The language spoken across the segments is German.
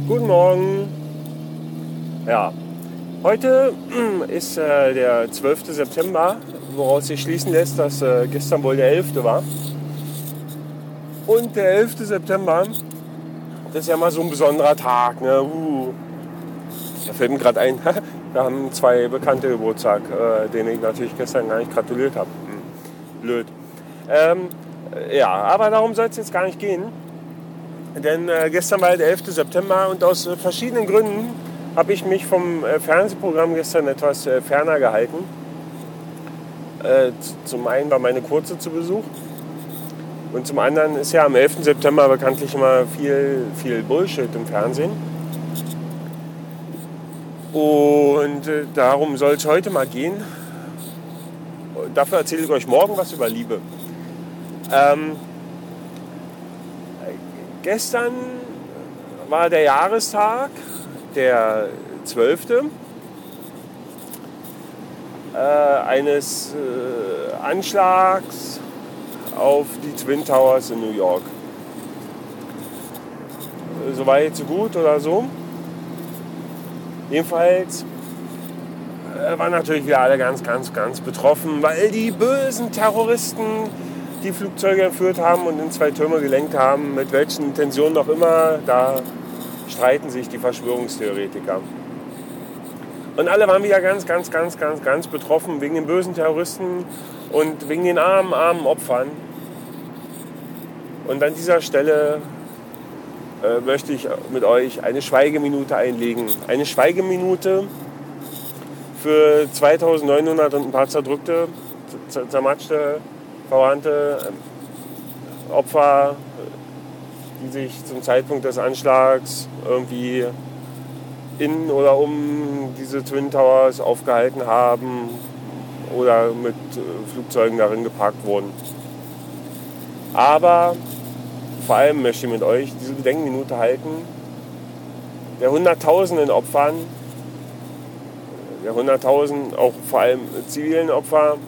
Guten Morgen. Ja, heute ist der 12. September, woraus sich schließen lässt, dass gestern wohl der 11. war. Und der 11. September, das ist ja mal so ein besonderer Tag. Ne? Da fällt mir gerade ein, wir haben zwei Bekannte Geburtstag, denen ich natürlich gestern gar nicht gratuliert habe. Blöd. Ja, aber darum soll es jetzt gar nicht gehen. Denn gestern war der 11. September und aus verschiedenen Gründen habe ich mich vom Fernsehprogramm gestern etwas ferner gehalten. Zum einen war meine Kurze zu Besuch und zum anderen ist ja am 11. September bekanntlich immer viel Bullshit im Fernsehen. Und darum soll es heute mal gehen. Dafür erzähle ich euch morgen was über Liebe. Gestern war der Jahrestag, der 12. Eines Anschlags auf die Twin Towers in New York. So weit, so gut oder so. Jedenfalls waren natürlich wieder alle ganz betroffen, weil die bösen Terroristen die Flugzeuge entführt haben und in zwei Türme gelenkt haben, mit welchen Intentionen auch immer, da streiten sich die Verschwörungstheoretiker. Und alle waren wieder ganz betroffen wegen den bösen Terroristen und wegen den armen Opfern. Und an dieser Stelle möchte ich mit euch eine Schweigeminute einlegen. Eine Schweigeminute für 2900 und ein paar zerdrückte, zermatschte, verwandte Opfer, die sich zum Zeitpunkt des Anschlags irgendwie in oder um diese Twin Towers aufgehalten haben oder mit Flugzeugen darin geparkt wurden. Aber vor allem möchte ich mit euch diese Gedenkminute halten der hunderttausenden Opfern, der hunderttausend auch vor allem zivilen Opfer,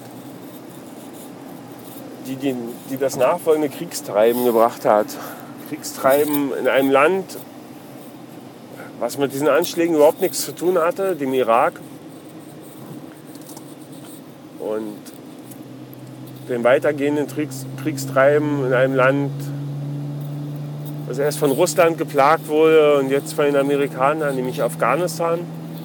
die das nachfolgende Kriegstreiben gebracht hat. Kriegstreiben in einem Land, was mit diesen Anschlägen überhaupt nichts zu tun hatte, dem Irak. Und dem weitergehenden Kriegstreiben in einem Land, das erst von Russland geplagt wurde und jetzt von den Amerikanern, nämlich Afghanistan.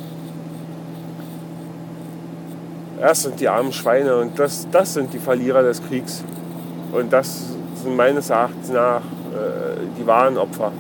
Das sind die armen Schweine und das sind die Verlierer des Kriegs. Und das sind meines Erachtens nach die wahren Opfer.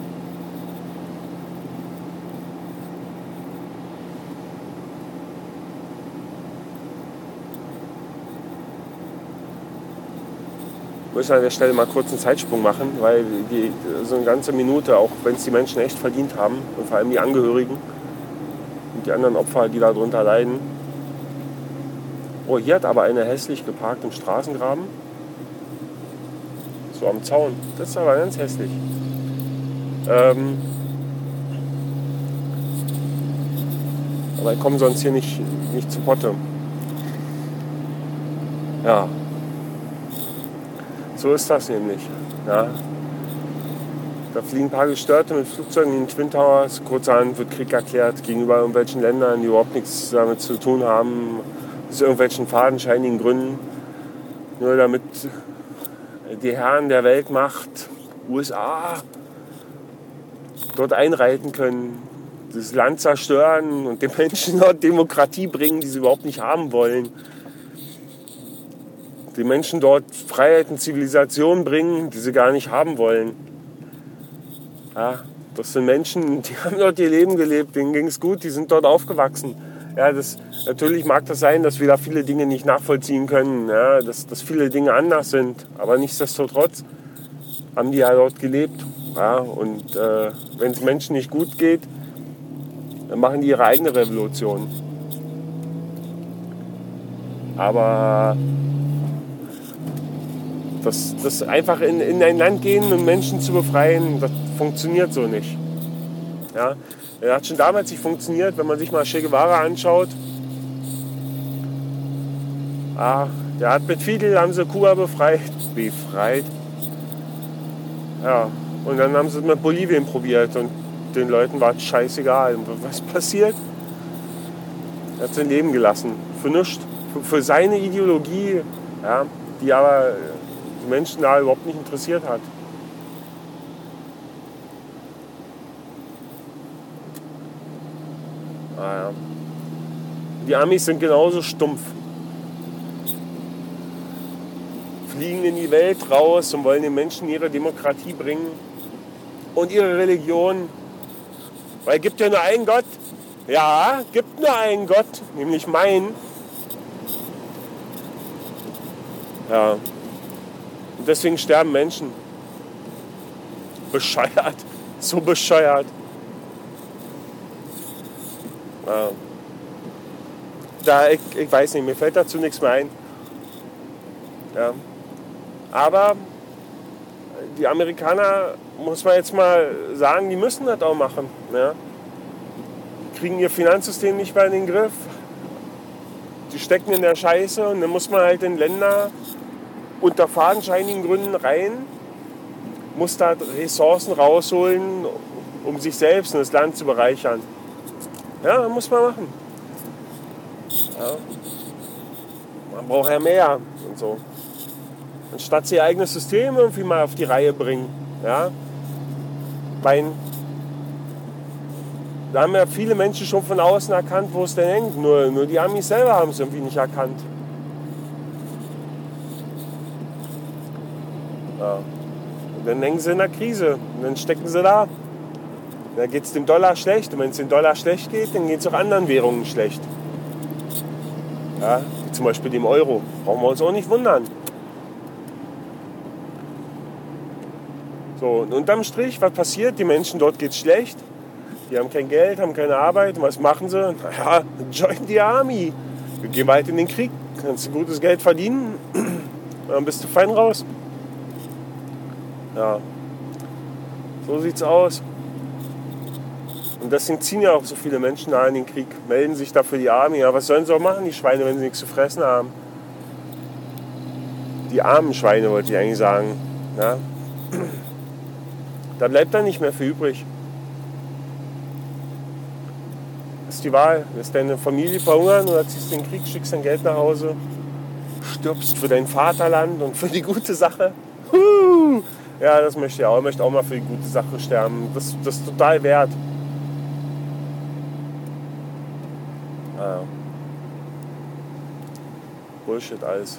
Wir müssen an der Stelle mal kurz einen Zeitsprung machen, weil so eine ganze Minute, auch wenn es die Menschen echt verdient haben, und vor allem die Angehörigen und die anderen Opfer, die darunter leiden. Oh, hier hat aber einer hässlich geparkt im Straßengraben. So am Zaun. Das ist aber ganz hässlich. Aber ich komme sonst hier nicht zu Potte. Ja. So ist das nämlich. Ja. Da fliegen ein paar Gestörte mit Flugzeugen in den Twin Towers. Kurzerhand wird Krieg erklärt gegenüber irgendwelchen Ländern, die überhaupt nichts damit zu tun haben. Aus irgendwelchen fadenscheinigen Gründen. Nur damit die Herren der Weltmacht, USA, dort einreiten können, das Land zerstören und den Menschen dort Demokratie bringen, die sie überhaupt nicht haben wollen. Die Menschen dort Freiheit und Zivilisation bringen, die sie gar nicht haben wollen. Ja, das sind Menschen, die haben dort ihr Leben gelebt, denen ging es gut, die sind dort aufgewachsen. Ja, natürlich mag das sein, dass wir da viele Dinge nicht nachvollziehen können, ja, dass viele Dinge anders sind, aber nichtsdestotrotz haben die ja dort gelebt. Ja, und wenn es Menschen nicht gut geht, dann machen die ihre eigene Revolution. Aber das einfach in ein Land gehen und Menschen zu befreien, das funktioniert so nicht. Ja, das hat schon damals nicht funktioniert, wenn man sich mal Che Guevara anschaut. Der hat mit Fidel, haben sie Kuba befreit. Ja, und dann haben sie es mit Bolivien probiert und den Leuten war es scheißegal. Was passiert? Er hat sein Leben gelassen. Für nichts. Für seine Ideologie, ja, die aber die Menschen da überhaupt nicht interessiert hat. Naja. Die Amis sind genauso stumpf. Fliegen in die Welt raus und wollen den Menschen ihre Demokratie bringen und ihre Religion. Weil es gibt ja nur einen Gott. Ja, gibt nur einen Gott, nämlich meinen. Ja. Und deswegen sterben Menschen. Bescheuert. So bescheuert. Ja. Ich weiß nicht, mir fällt dazu nichts mehr ein. Ja. Aber die Amerikaner, muss man jetzt mal sagen, die müssen das auch machen. Ja. Die kriegen ihr Finanzsystem nicht mehr in den Griff. Die stecken in der Scheiße und dann muss man halt in Länder unter fadenscheinigen Gründen rein, muss da Ressourcen rausholen, um sich selbst und das Land zu bereichern. Ja, muss man machen. Ja. Man braucht ja mehr und so. Anstatt sie ihr eigenes System irgendwie mal auf die Reihe bringen. Ja? Weil da haben ja viele Menschen schon von außen erkannt, wo es denn hängt. Nur die Amis selber haben es irgendwie nicht erkannt. Ja. Und dann hängen sie in der Krise. Und dann stecken sie da. Dann geht es dem Dollar schlecht. Und wenn es dem Dollar schlecht geht, dann geht es auch anderen Währungen schlecht. Ja, wie zum Beispiel dem Euro. Brauchen wir uns auch nicht wundern. So, und unterm Strich, was passiert? Die Menschen dort geht's schlecht. Die haben kein Geld, haben keine Arbeit. Und was machen sie? Naja, join die Army. Wir gehen weit in den Krieg. Kannst du gutes Geld verdienen. Dann bist du fein raus. Ja, so sieht's aus. Und deswegen ziehen ja auch so viele Menschen da in den Krieg, melden sich da für die Army. Ja, was sollen sie auch machen, die Schweine, wenn sie nichts zu fressen haben? Die armen Schweine, wollte ich eigentlich sagen. Ja? Da bleibt dann nicht mehr viel übrig. Das ist die Wahl. Lässt deine Familie verhungern oder ziehst du in den Krieg, schickst dein Geld nach Hause, stirbst für dein Vaterland und für die gute Sache. Ja, das möchte ich auch. Ich möchte auch mal für die gute Sache sterben. Das ist total wert. Ja. Bullshit alles.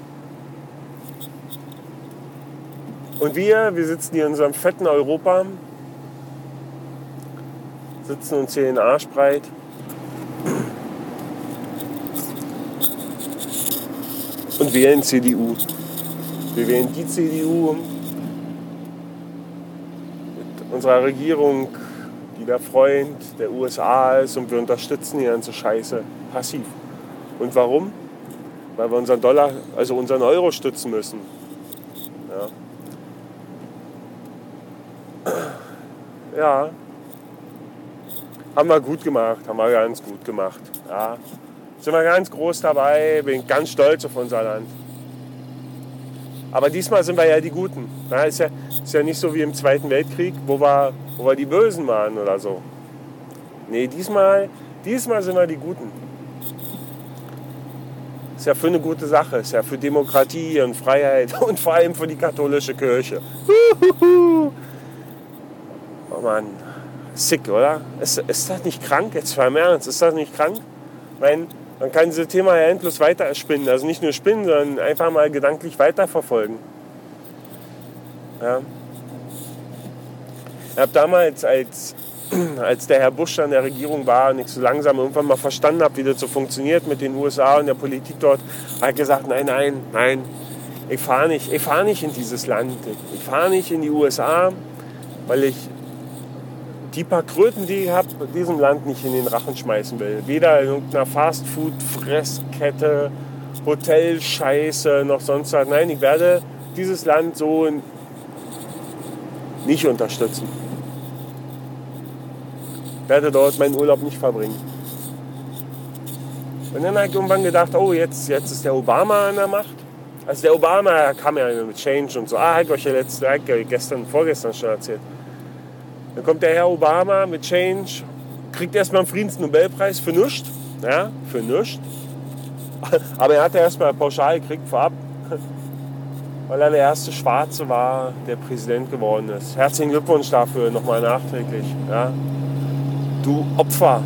Und wir sitzen hier in unserem fetten Europa, sitzen uns hier den Arsch breit. Und wählen CDU. Wir wählen die CDU mit unserer Regierung, die der Freund der USA ist, und wir unterstützen die ganze Scheiße passiv. Und warum? Weil wir unseren Dollar, also unseren Euro stützen müssen. Ja. Ja, haben wir gut gemacht, haben wir ganz gut gemacht. Ja. Sind wir ganz groß dabei, bin ganz stolz auf unser Land. Aber diesmal sind wir ja die Guten. Ja, ist ja nicht so wie im Zweiten Weltkrieg, wo wir die Bösen waren oder so. Nee, diesmal sind wir die Guten. Ist ja für eine gute Sache, ist ja für Demokratie und Freiheit und vor allem für die katholische Kirche. Oh Mann, sick, oder? Ist das nicht krank? Jetzt mal im Ernst, ist das nicht krank? Ich meine, man kann dieses Thema ja endlos weiter spinnen. Also nicht nur spinnen, sondern einfach mal gedanklich weiterverfolgen. Ja. Ich habe damals, als der Herr Bush an der Regierung war und ich so langsam irgendwann mal verstanden habe, wie das so funktioniert mit den USA und der Politik dort, habe ich gesagt, nein, ich fahre nicht in dieses Land. Ich fahre nicht in die USA, weil ich die paar Kröten, die ich habe, diesem Land nicht in den Rachen schmeißen will. Weder in irgendeiner Fastfood-Fresskette, Hotelscheiße, noch sonst was. Nein, ich werde dieses Land so nicht unterstützen. Ich werde dort meinen Urlaub nicht verbringen. Und dann habe ich irgendwann gedacht, oh, jetzt ist der Obama an der Macht. Also der Obama kam ja mit Change und so. Habe ich euch ja vorgestern schon erzählt. Dann kommt der Herr Obama mit Change, kriegt erstmal einen Friedensnobelpreis für nichts. Ja, für nichts. Aber er hat ja erstmal pauschal gekriegt vorab, weil er der erste Schwarze war, der Präsident geworden ist. Herzlichen Glückwunsch dafür, nochmal nachträglich. Ja. Du Opfer.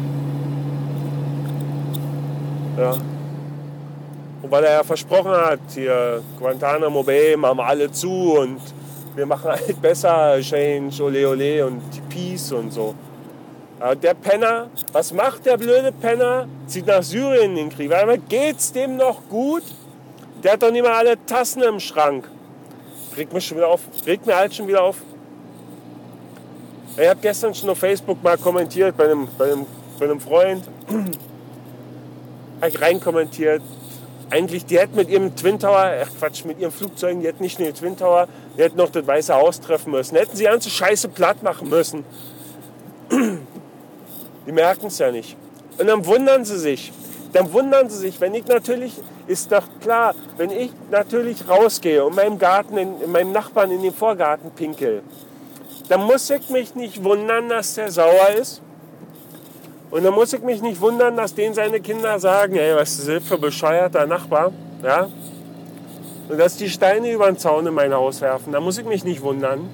Ja. Und weil er ja versprochen hat, hier Guantanamo Bay machen wir alle zu und wir machen halt besser, Change, ole ole und Peace und so. Aber der Penner, was macht der blöde Penner? Zieht nach Syrien in den Krieg. Weil geht's dem noch gut? Der hat doch nicht mal alle Tassen im Schrank. Regt mich schon wieder auf. Regt mir halt schon wieder auf. Ich habe gestern schon auf Facebook mal kommentiert bei einem Freund. Habe ich reinkommentiert. Eigentlich, die hätten mit ihrem Twin Tower, mit ihren Flugzeugen, die hätten nicht nur den Twin Tower, die hätten noch das Weiße Haus treffen müssen. Hätten sie die ganze Scheiße platt machen müssen. Die merken es ja nicht. Und dann wundern sie sich. Wenn ich natürlich, ist doch klar, wenn ich natürlich rausgehe und meinem Garten, meinem Nachbarn in den Vorgarten pinkel, dann muss ich mich nicht wundern, dass der sauer ist. Und dann muss ich mich nicht wundern, dass denen seine Kinder sagen, ey, was ist das für ein bescheuerter Nachbar? Ja? Und dass die Steine über den Zaun in mein Haus werfen. Da muss ich mich nicht wundern.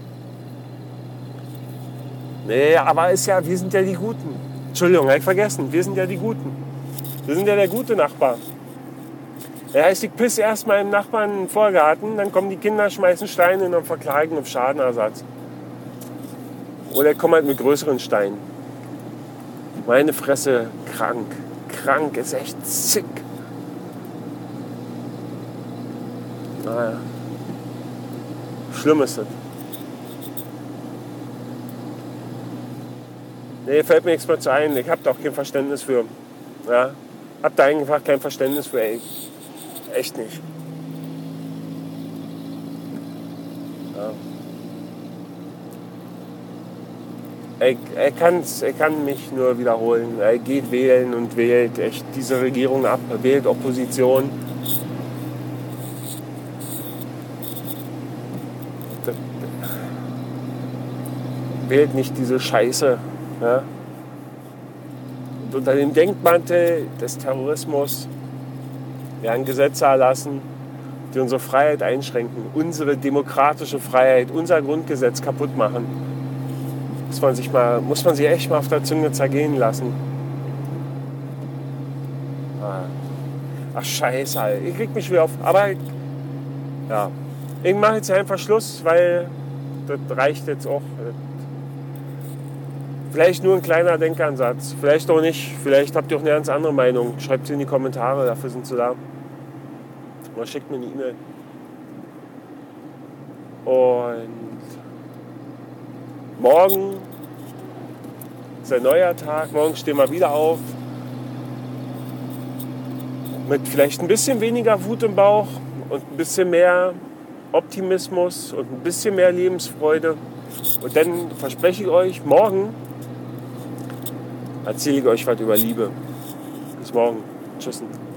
Nee, aber wir sind ja die Guten. Entschuldigung, habe ich vergessen. Wir sind ja die Guten. Wir sind ja der gute Nachbar. Das heißt, ich pisse erstmal im Nachbarn in den Vorgarten, dann kommen die Kinder, schmeißen Steine und verklagen auf Schadenersatz. Oder ich komme halt mit größeren Steinen. Meine Fresse, krank. Krank, ist echt sick. Naja. Schlimm ist das. Nee, fällt mir nichts mehr zu ein. Ich habe da auch kein Verständnis für. Ja? Hab da einfach kein Verständnis für. Ey. Echt nicht. Ja. Er kann mich nur wiederholen. Er geht wählen und wählt echt diese Regierung ab. Er wählt Opposition. Wählt nicht diese Scheiße. Ja? Und unter dem Denkmantel des Terrorismus werden Gesetze erlassen, die unsere Freiheit einschränken, unsere demokratische Freiheit, unser Grundgesetz kaputt machen. Muss man sich echt mal auf der Zunge zergehen lassen. Ach scheiße, Alter. Ich krieg mich wieder auf. Aber ja, ich mache jetzt einfach Schluss, weil das reicht jetzt auch. Vielleicht nur ein kleiner Denkansatz, vielleicht auch nicht. Vielleicht habt ihr auch eine ganz andere Meinung. Schreibt sie in die Kommentare, dafür sind sie da. Oder schickt mir eine E-Mail. Und morgen ist ein neuer Tag. Morgen stehen wir wieder auf. Mit vielleicht ein bisschen weniger Wut im Bauch und ein bisschen mehr Optimismus und ein bisschen mehr Lebensfreude. Und dann verspreche ich euch, morgen erzähle ich euch was über Liebe. Bis morgen. Tschüss.